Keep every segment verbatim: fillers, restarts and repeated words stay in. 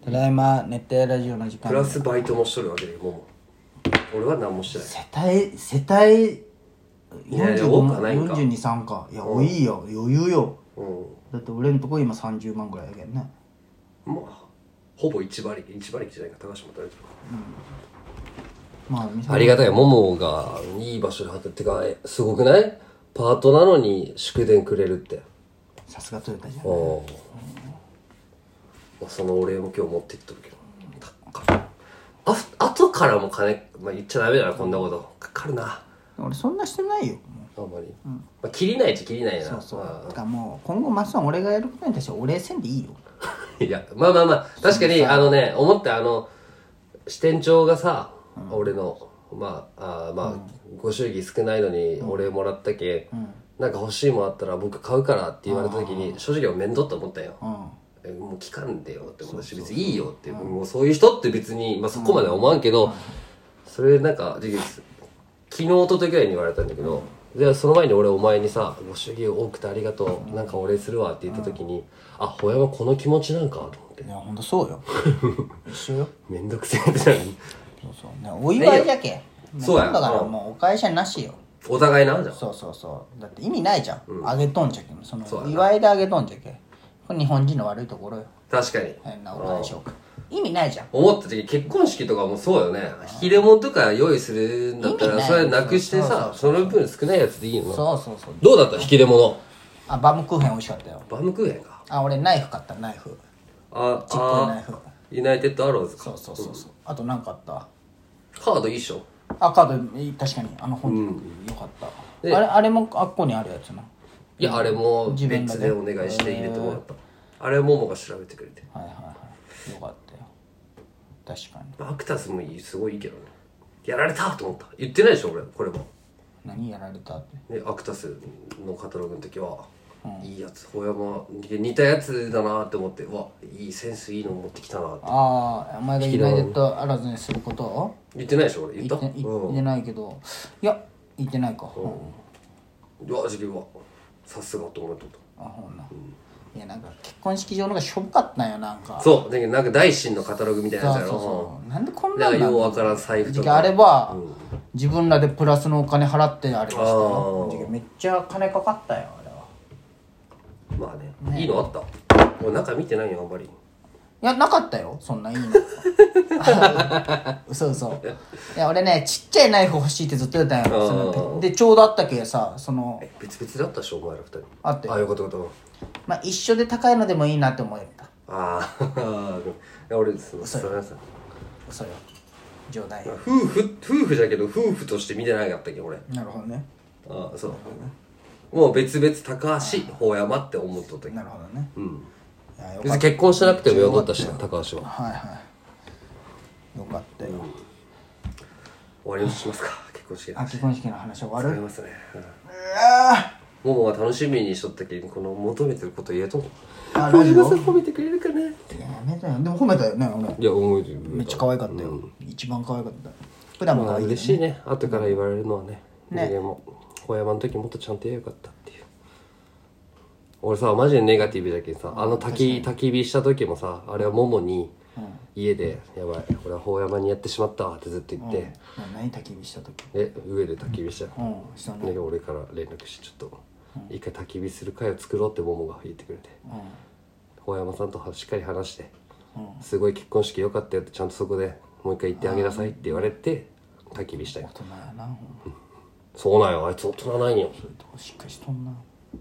ただいま熱帯ラジオの時間プラスバイトもしとるわけでもう俺は何もしてない。 世帯世帯いやいや多くはないんかよんじゅうに、さんかいや、多いよ余裕よ。 うんだって俺のとこ今さんじゅうまんぐらいやけんね。 まあほぼ一馬力一馬力じゃないか。高橋も食べてるかまあらありがたい。ももがいい場所で働いてかえすごくない？パートなのに祝電くれるって。 さすがトヨタじゃん。 おー、まあ、そのお礼も今日持っていっとるけどあ後からも金、まあ、言っちゃダメだなこんなことかかるな俺そんなしてないよ。 あんまり、うんまあ、切りないっちゃ切りないな。 そうそう、 まあだからもう今後マスさん俺がやることに対してお礼せんでいいよ。 いやまあまあまあ確かにあのね思ったあの支店長がさ、うん、俺のまああまあ、うん、ご祝儀少ないのにお礼もらったけ、うん、なんか欲しいもんあったら僕買うからって言われた時に正直面倒って思ったよ、うん、えもう聞かんでよって思うし別にいいよって、うん、もうそういう人って別に、まあ、そこまでは思わんけど、うん、それなんか昨日一昨日ぐらいに言われたんだけど、うん、でその前に俺お前にさご祝儀多くてありがとう、うん、なんかお礼するわって言った時に、うん、あほやはこの気持ちなんかと思って。 いやほんとそうよ一緒よめんどくせえってなるそうそうねお祝いじゃけそうやだからもうお返しはなしよお互いなじゃん。 そうそうそうだって意味ないじゃん、うん、あげとんじゃけそのそう祝いであげとんじゃけこれ日本人の悪いところよ。 確かに変なお返しをか意味ないじゃん。 思った時結婚式とかもそうよね。引き出物とか用意するんだったらそれなくしてさその分少ないやつでいいの。 そうそうそうどうだった引き出物。 あバームクーヘン美味しかったよ。 バームクーヘンか。 あ俺ナイフ買ったナイフ。 あちっこいナイフ。 ユナイテッドアローズか。 そうそうそうそう、うん、あと何かあった。 カードいいっしょ。 あカード確かにあの本、うん、よかった。あれあれもあっこにあるやつな。 いやあれも別でお願いして入れてもらった。あれはももが調べてくれて。 はいはいはいよかったよ確かに。 アクタスもいいすごいいいけどね。やられたと思った。言ってないでしょ俺これも。 何やられたって。 ねアクタスのカタログの時は、うん、いいやつほやま似たやつだなって思ってわいいセンスいいの持ってきたなって。 ああお前がユナイテッドアラズにすることを言ってないでしょ俺言った。 言って、うん、言ってないけどいや言ってないか。うんうわ自分はさすがと思っとった。 あほんな、うん、いやなんか結婚式場のがしょぼかったんよなんか。 そうだけどなんか大臣のカタログみたいなやつやろ。 そうそうそうなんでこんなんなんようわからん財布とかあれば、うん、自分らでプラスのお金払ってあれましたよ。めっちゃ金かかったよあれは。 まあ ね, ねいいのあった俺中見てないよあんまり。 いやなかったよそんないいの嘘嘘いや俺ねちっちゃいナイフ欲しいってずっと言ったんよ。そのでちょうどあったけさそのえ別々だったでしょお前ら二人。 あってあよかったよかった。 まあ一緒で高いのでもいいなって思えた。 ああいや俺です嘘よ嘘よ冗談よ。 夫婦夫婦だけど夫婦として見てなかったっけ俺。 なるほどね。 ああそう、ね、もう別々高橋法山って思っとったけど。 なるほどね。うん別に結婚しなくてもよかったし高橋は。 はいはいよかったよ、うん、 終わりにしますか結婚式の話。 あ結婚式の話終わる。 使いますね、うん、 うわももは楽しみにしとったけどこの求めてること言えとん。 あラジオ褒めてくれるかなって。 やめたよ。でも褒めたよね俺。 いや覚えてる。 めっちゃ可愛かったよ、うん、一番可愛かった。普段も可愛い、ね、 まあ嬉しいね後から言われるのはね。ねでも小山の時もっとちゃんと言えばよかったっていう。俺さマジでネガティブだけどさ、うん、あの焚き焚き火した時もさあれはももに、うん、家で「やばい俺は法山にやってしまった」ってずっと言って、 うん、何焚き火した時。 え上で焚き火したよ、 うんうんしたね、 で俺から連絡してちょっと、うん、一回焚き火する会を作ろうってももが言ってくれて、うん、法山さんとしっかり話して、うん、すごい結婚式良かったよってちゃんとそこでもう一回言ってあげなさいって言われて焚き火したよ。 大人やな、うん、 そうなんよあいつ大人なんよ。 そういうとこしっかりしとんな。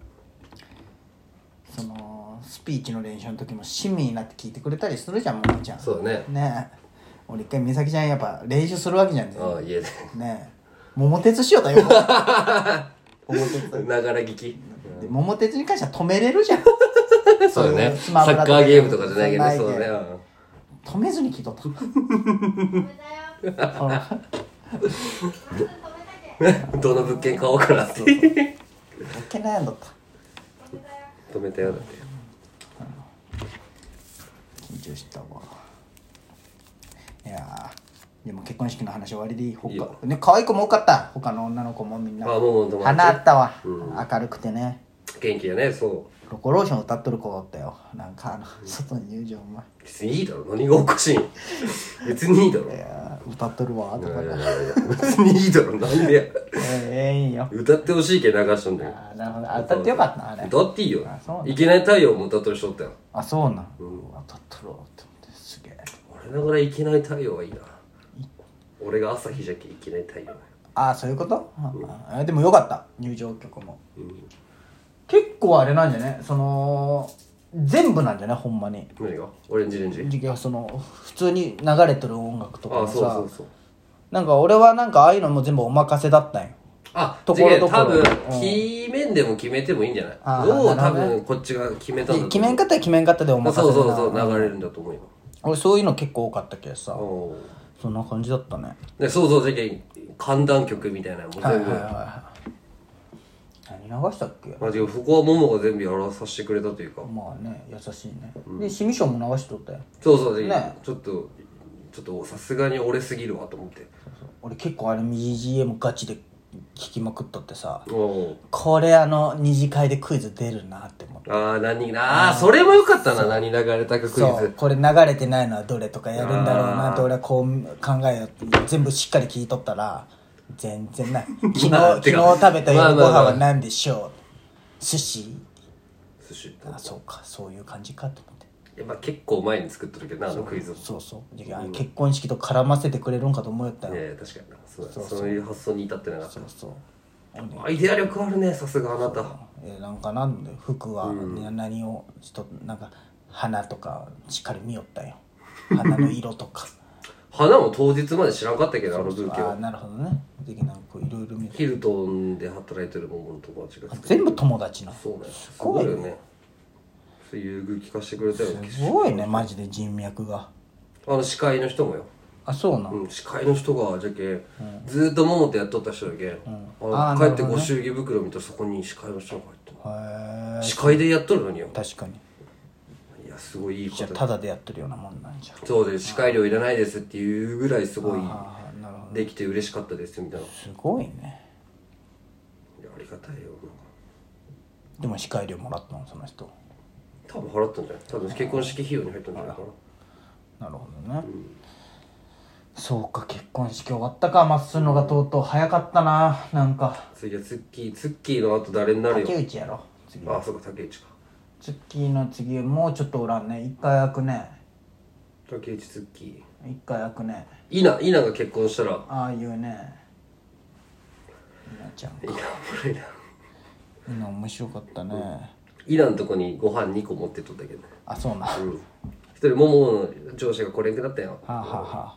そのスピーチの練習の時も親身になって聞いてくれたりするじゃんももちゃん。 そうだね。 ねえ俺一回美咲ちゃんやっぱ練習するわけじゃんね。 ああ家でねえ桃鉄しようだよ桃鉄ながら聞きで桃鉄に関しては止めれるじゃんそうよねサッカーゲームとかじゃないけどね。そうだね止めずに聞いとったどの物件買おうかなって物件悩んどった。 止めたよだって、 うん、緊張したわ。いやでも結婚式の話終わりでいい。他ね可愛い子も多かった。他の女の子もみんなあもうもう花あったわ、うん、明るくてね。 元気やね。そうロコローション歌っとる子だったよ。なんかあの外に入場お前別にいいだろ。何がおかしいん別にいいだろ。 いや歌っとるわとかね。 別にいいだろ。なんでやええいいよ。 歌ってほしいけど流しとんだよ。 あなるほど。あ歌ってよかったなあれ。 歌っていいよあそうなん。 いけない太陽も歌っとる人おったよ。 あそうなん。歌っとるわって思ってすげえ。 俺ながらいけない太陽はいいな。俺が朝日じゃけいけない太陽。 あそういうこと、うん、あでもよかった入場曲も、うん、結構あれなんじゃねその全部なんじゃねほんまに。 何がオレンジレンジその普通に流れてる音楽とかもさ、 あそうそうそうなんか俺はなんかああいうのも全部お任せだったんよ。 あところどころ多分、うん、決めんでも決めてもいいんじゃないどう、ね、多分こっちが決めたんだと思う。 決めんかったら決めんかったでお任せそうそうそう流れるんだと思うよ。 俺そういうの結構多かったけどさそんな感じだったね。 でそうそうじゃけ寒暖曲みたいなのも全部、はいはいはい、 何流したっけ。 まあ、でもそこはモモが全部やらさせてくれたというかまあね優しいね、うん、でシミションも流しとったよ。 そうそうねちょっとちょっとさすがに俺すぎるわと思って。 そうそう俺結構あれ ビージーエム ガチで聴きまくっとってさこれあの二次会でクイズ出るなって思って。 ああ何ああそれもよかったな。何流れたかクイズ。 そうこれ流れてないのはどれとかやるんだろうなって俺はこう考えよって全部しっかり聞いとったら全然ない。昨日昨日食べた夜ご飯は何でしょう、まあまあまあ、寿司寿司あそうかそういう感じかと思って。 やっぱ結構前に作っとるけどなあのクイズ。 そうそう、うん、結婚式と絡ませてくれるんかと思ったよ。 いやいや確かにな そうそうそうそういう発想に至ってなかった。 そうそうアイデア力あるねさすがあなた。 えなんかなんで服は、ね、何をちょっとなんか花とかしっかり見よったよ花の色とか花も当日まで知らんかったけどあの風景は。 あなるほどね。でなんかこういろいろ見るヒルトンで働いてるももの友達が全部友達な。 そうねすごいよね。そういう具聞かせてくれたよ。 すごいねマジで人脈が。 あの司会の人もよ。 あそうな、 うん、司会の人がじゃけ、うん、ずーっとももとやっとった人だけ、うん、あ帰ってご祝儀袋見たらそこに司会の人が入ってる。へえ司会でやっとるのによ。 確かに。 いやすごいいいこと。 じゃあタダでやってるようなもんなんじゃ。 そうです司会料いらないですっていうぐらいすごいできて嬉しかったですみたいな。 すごいね。 いやありがたいよ。 でも司会料もらったのその人。 多分払ったんじゃない。多分結婚式費用に入ったんじゃないかな。なるほどね、うん、そうか結婚式終わったか。まっすんのがとうとう早かったな。なんか次はツッキーツッキーの後誰になるよ。 竹内やろ次は。 あそうか竹内か。 ツッキーの次もうちょっとおらんね。一回開くね。 竹内ツッキー一回開くね。 イナイナが結婚したらああいうねイナちゃんか。 いやおもろいな。 イナ面白かったね、 うん、イナのとこにご飯にこ持ってっとったけどね。 あそうな、 うん、一人ももの上司が来れんくなったよ。 はあ、はあは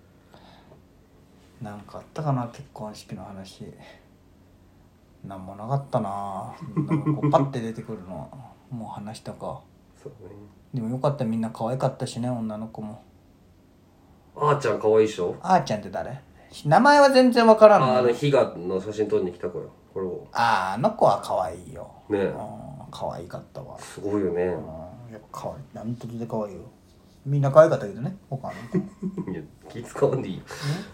あ、なんかあったかな結婚式の話。なんもなかったな。なんかこうパッて出てくるのもう話したか。 そうね。 でもよかった、みんな可愛かったしね女の子も。 あーちゃん可愛いでしょ。 あーちゃんって誰？名前は全然わからんの。 ああのヒガの写真撮りに来た子よこれを。 あああの子は可愛いよねえ、 うん、可愛かったわ。 すごいよね。うん、 やっぱ可愛い。なんとで可愛いよ。みんな可愛かったけどね他の子いや気使わんでいいよ。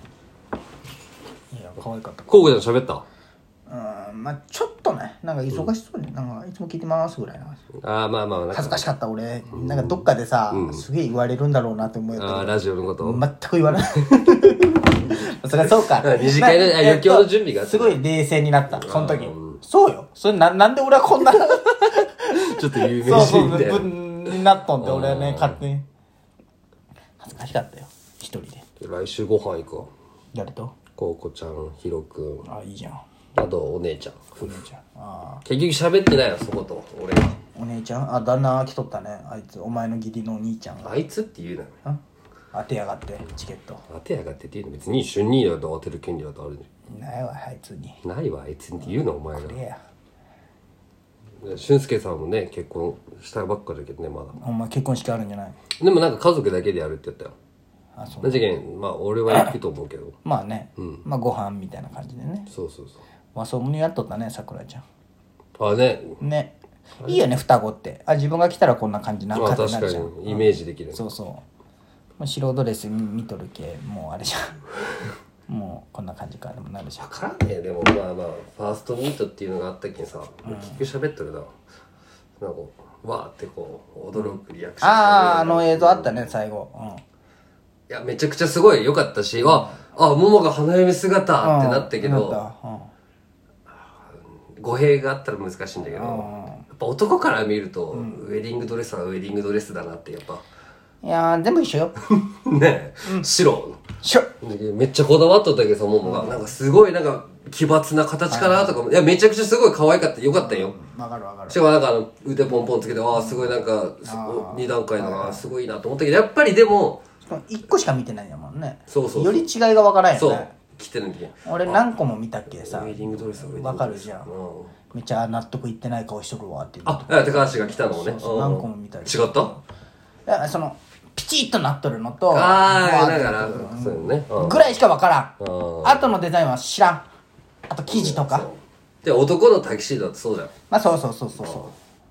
いや可愛かった。 コウコちゃん喋った？ うんまあちょっとねなんか忙しそうに、うん、なんかいつも聞いてますぐらいな。ああまあまあ恥ずかしかった俺、うん、なんかどっかでさ、うん、すげえ言われるんだろうなって思うやつ。 あラジオのこと全く言わないそりゃそうか。 二次会の余興の準備がすごい冷静になったその時。そうよ。それななんで俺はこんなちょっと有名人みたいなそうそうになっとんって俺はね勝手に恥ずかしかったよ一人で。 来週ご飯行こう。 誰と？ コウコちゃん、ヒロくん。 あいいじゃん。 あとお姉ちゃん。 お姉ちゃん。あ結局喋ってないよそこと俺が。 お姉ちゃんあ旦那来とったねあいつ。お前の義理のお兄ちゃんが。 あいつって言うなよ。 当てやがってチケット。 当てやがってって言うの別に一緒にだと当てる権利だとあるじゃん。ないわあいつに。 ないわあいつにって言うのお前が。 これや。 俊介さんもね結婚したばっかだけどねまだ。 ほんま結婚式あるんじゃない？ でもなんか家族だけでやるって言ったよ。 あそう。 なじけんまあ俺は行くと思うけど。 まあね、うん、まあご飯みたいな感じでね。 そうそうそう。 和装にやっとったねさくらちゃん。 あね。 ね。いいよね双子って。あ自分が来たらこんな感じな感じになるじゃん。確かにイメージできる、 うん、そうそう。白ドレス見とるけもうあれじゃんもうこんな感じかでもなるし分からんね。でもまあまあファーストミートっていうのがあったけんさ、うん、結局喋っとるな。なんかわーってこう驚くリアクション、うん、 あああの映像あったね最後、うん、 いやめちゃくちゃすごい良かったし、うん、ああももが花嫁姿ってなったけど、うんうん、語弊があったら難しいんだけど、うん、やっぱ男から見ると、うん、ウェディングドレスはウェディングドレスだなってやっぱいやー全部一緒よねえ、うん、白白めっちゃこだわっとったけどさももが、うん、なんかすごいなんか奇抜な形かなとかも、いやめちゃくちゃすごい可愛かったよかったよ。 わかるわかる。 しかもなんかあの腕ポンポンつけて、ああすごいなんかに段階だな、すごいなと思ったけど、やっぱりでもいっこしか見てないんやもんね。 そうそうそう、 より違いがわからんよね。 そう来てるんで俺何個も見たっけさ、 ウェディングドレスわかるじゃん、うん、めっちゃ納得いってない顔しとるわっていう。 あ高橋が来たのもね、 そうそう何個も見たり違った。いやそのピチッとなっとるのと、 ああだから、うん、そうね、うん、 ぐらいしかわからん。あとのデザインは知らん。あと生地とか、 で男のタキシードだってそうじゃん。 まあそうそうそうそうそう、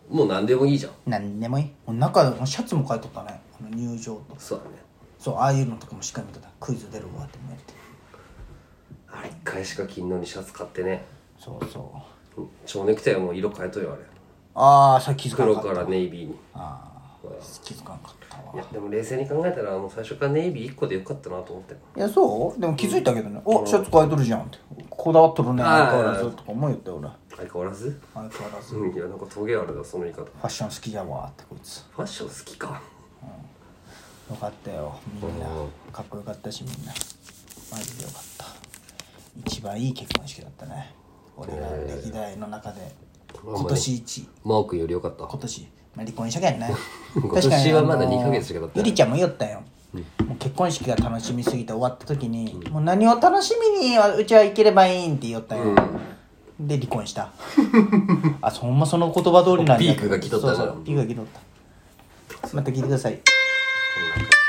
もう何でもいいじゃん。 何でもいい。もう中でシャツも書いとったね、あの入場と。 そうだね。 そうああいうのとかもしっかり見てた。クイズ出るわって思って、 あれ一回しか着んのにシャツ買ってね。 そうそう蝶ネクタイはもう色変えとよあれ。 ああそれ気づかなかった。 黒からネイビーに。 ああ気づかなかったわ。 いやでも冷静に考えたらもう最初からネイビーいっこでよかったなと思って。 いやそうでも気づいたけどね、うん、おシャツ変えとるじゃんってこだわっとるね相変わらずとか思うよって俺。 相変わらず相変わらず、 うん、いやなんかトゲあるなその言い方。ファッション好きじゃわってこいつ。 ファッション好きか、 うん、よかったよみんな、かっこよかったしみんなマジでよかった。一番いい結婚式だったね俺が歴代の中で、今年一マー君よりよかった。 今年、まあ、離婚したけんね今年はまだにかげつしかだった。 ゆりちゃんも言ったよ、うん、もう結婚式が楽しみすぎて終わった時に、うん、もう何を楽しみにうちは行ければいいんって言ったよ、うん、で離婚したあほんまその言葉通りなんだ。 ピークが来とったじゃん。 そうそうピークが来とった。また聞いてください。